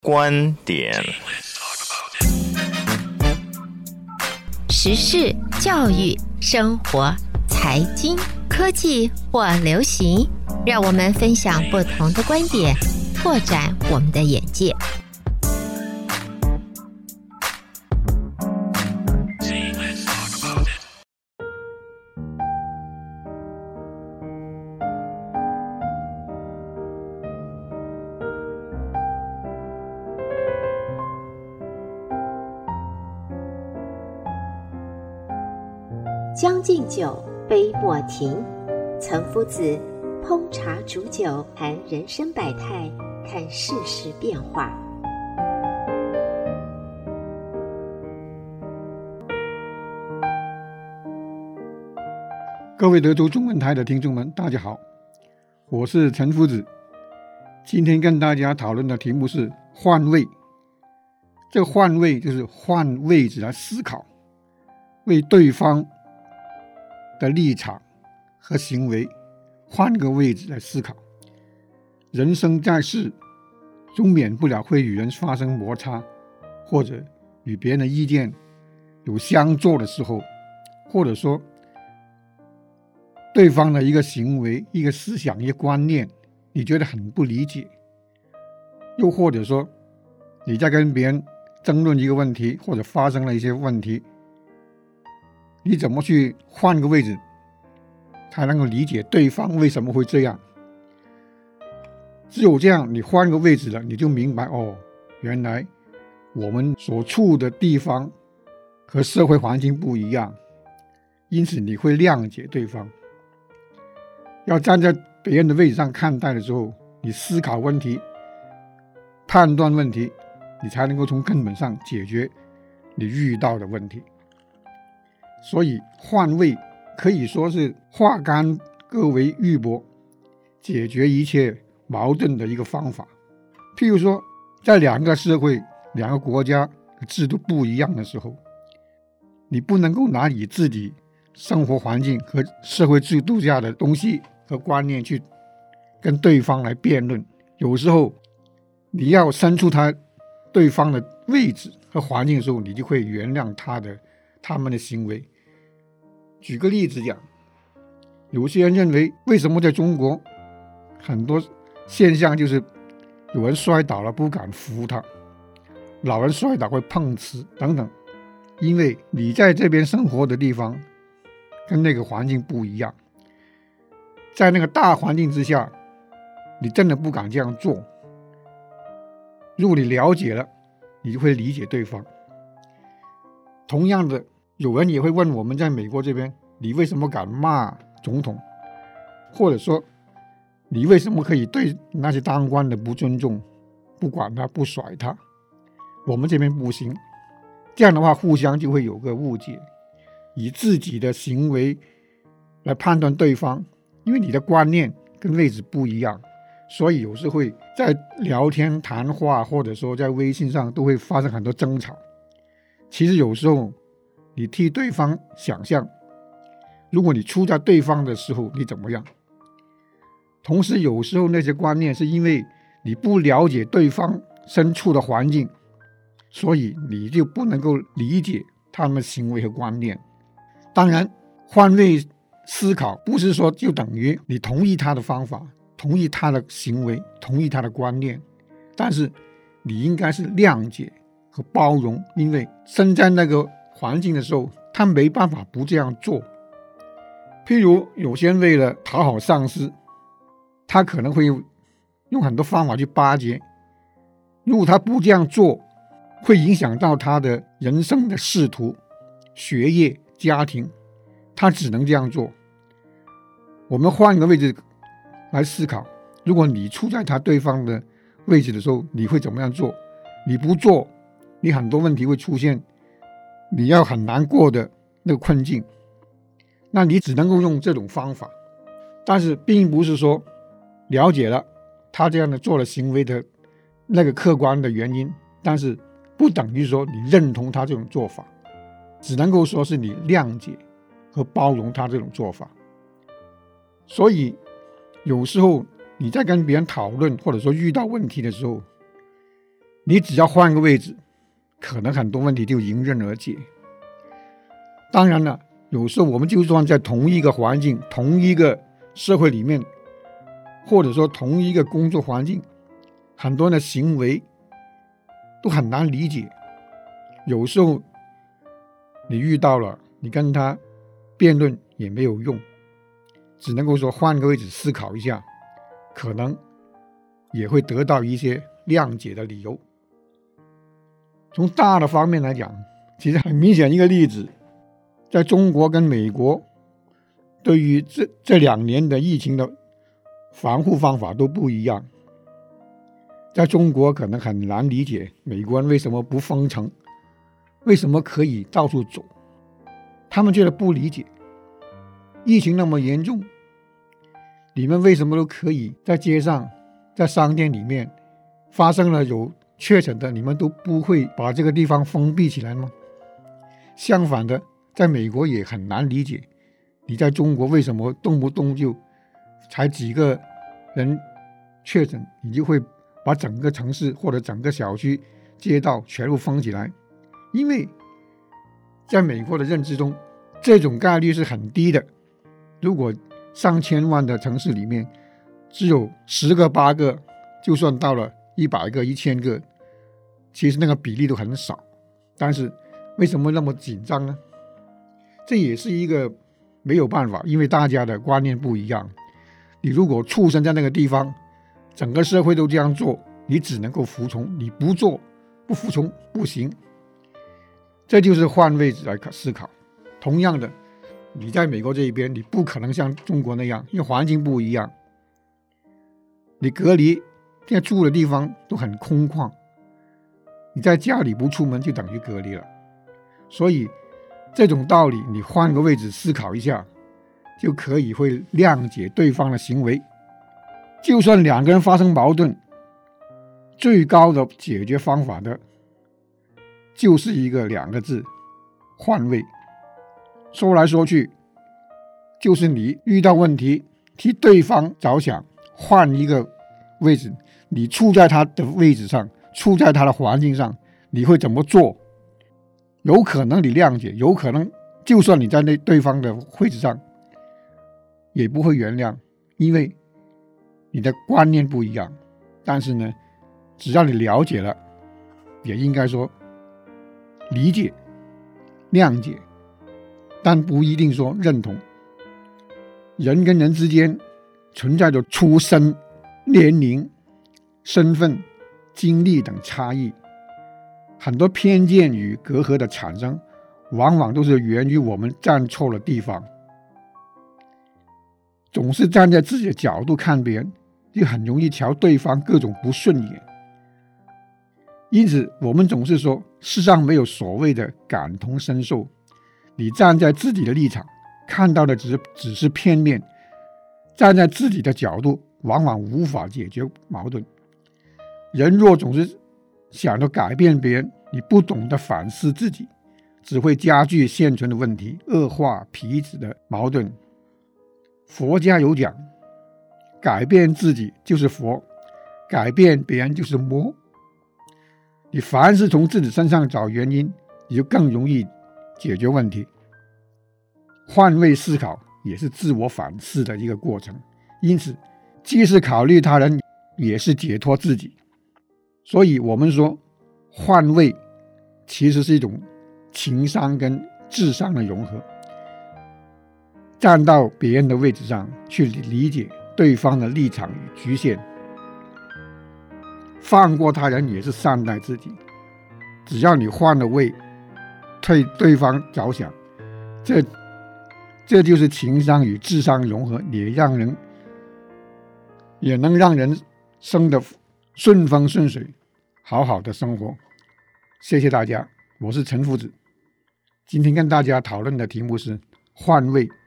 观点、 时事、教育、生活、财经、科技或流行，让我们分享不同的观点，拓展我们的眼界。 将进酒，杯莫停。岑夫子烹茶煮酒，谈人生百态，看世事变化。 各位德州中文台的听众们，大家好，我是岑夫子。今天跟大家讨论的题目是换位。这个换位就是换位置来思考，为对方的立场和行为换个位置来思考。人生在世，终免不了会与人发生摩擦，或者与别人的意见有相左的时候，或者说对方的一个行为、一个思想、一个观念你觉得很不理解，又或者说你在跟别人争论一个问题，或者发生了一些问题，你怎么去换个位置才能够理解对方为什么会这样？只有这样，你换个位置了，你就明白原来我们所处的地方和社会环境不一样，因此你会谅解对方。要站在别人的位置上看待的时候，你思考问题、判断问题，你才能够从根本上解决你遇到的问题。所以换位可以说是化干戈为玉帛，解决一切矛盾的一个方法。譬如说，在两个社会、两个国家的制度不一样的时候，你不能够拿你自己生活环境和社会制度下的东西和观念去跟对方来辩论。有时候你要伸出对方的位置和环境的时候，你就会原谅他们的行为。举个例子讲，有些人认为为什么在中国很多现象就是有人摔倒了不敢扶他，老人摔倒会碰瓷等等，因为你在这边生活的地方跟那个环境不一样，在那个大环境之下你真的不敢这样做。如果你了解了，你就会理解对方。同样的，有人也会问我们在美国这边，你为什么敢骂总统，或者说你为什么可以对那些当官的不尊重，不管他，不甩他，我们这边不行。这样的话互相就会有个误解，以自己的行为来判断对方，因为你的观念跟位置不一样，所以有时会在聊天谈话或者说在微信上都会发生很多争吵。其实有时候你替对方想象，如果你处在对方的时候你怎么样。同时有时候那些观念是因为你不了解对方身处的环境，所以你就不能够理解他们的行为和观念。当然换位思考不是说就等于你同意他的方法，同意他的行为，同意他的观念，但是你应该是谅解和包容，因为身在那个环境的时候他没办法不这样做。譬如有些人为了讨好上司，他可能会用很多方法去巴结，如果他不这样做会影响到他的人生的仕途、学业、家庭，他只能这样做。我们换一个位置来思考，如果你处在对方的位置的时候，你会怎么样做？你不做，你很多问题会出现，你要很难过的那个困境，那你只能够用这种方法。但是并不是说了解了他这样的做了行为的那个客观的原因，但是不等于说你认同他这种做法，只能够说是你谅解和包容他这种做法。所以有时候你在跟别人讨论或者说遇到问题的时候， 你只要换个位置，可能很多问题就迎刃而解。当然了，有时候我们就算在同一个环境、同一个社会里面，或者说同一个工作环境，很多人的行为都很难理解。有时候你遇到了，你跟他辩论也没有用，只能够说换个位置思考一下，可能也会得到一些谅解的理由。从大的方面来讲，其实很明显一个例子，在中国跟美国对于这2年的疫情的防护方法都不一样。在中国可能很难理解美国人为什么不封城，为什么可以到处走，他们觉得不理解，疫情那么严重，你们为什么都可以在街上在商店里面发生了有确诊的，你们都不会把这个地方封闭起来吗？相反的，在美国也很难理解，你在中国为什么动不动就才几个人确诊，你就会把整个城市或者整个小区街道全部封起来。因为在美国的认知中，这种概率是很低的。如果上千万的城市里面只有10个8个，就算到了100个1000个，其实那个比例都很少。但是为什么那么紧张呢？这也是一个没有办法，因为大家的观念不一样。你如果出生在那个地方，整个社会都这样做，你只能够服从，你不做不服从不行。这就是换位置来思考。同样的，你在美国这一边，你不可能像中国那样，因为环境不一样，你隔离，现在住的地方都很空旷，你在家里不出门就等于隔离了。所以这种道理你换个位置思考一下，就可以会谅解对方的行为。就算2个人发生矛盾，最高的解决方法的就是2个字，换位。说来说去，就是你遇到问题替对方着想，换一个位置，你处在他的位置上，处在他的环境上，你会怎么做？有可能你谅解，有可能就算你在对方的位置上也不会原谅，因为你的观念不一样。但是呢，只要你了解了，也应该说理解谅解，但不一定说认同。人跟人之间存在着出身、年龄、身份、经历等差异，很多偏见与隔阂的产生，往往都是源于我们站错了地方。总是站在自己的角度看别人，就很容易瞧对方各种不顺眼。因此我们总是说，世上没有所谓的感同身受，你站在自己的立场看到的只是片面，站在自己的角度往往无法解决矛盾。人若总是想着改变别人，你不懂得反思自己，只会加剧现存的问题，恶化彼此的矛盾。佛家有讲，改变自己就是佛，改变别人就是魔。你凡是从自己身上找原因，你就更容易解决问题。换位思考也是自我反思的一个过程，因此既是考虑他人，也是解脱自己。所以我们说，换位其实是一种情商跟智商的融合，站到别人的位置上去理解对方的立场与局限，放过他人也是善待自己。只要你换了位，替对方着想，这就是情商与智商融合，也能让人生得顺风顺水，好好的生活。谢谢大家，我是陈夫子。今天跟大家讨论的题目是换位。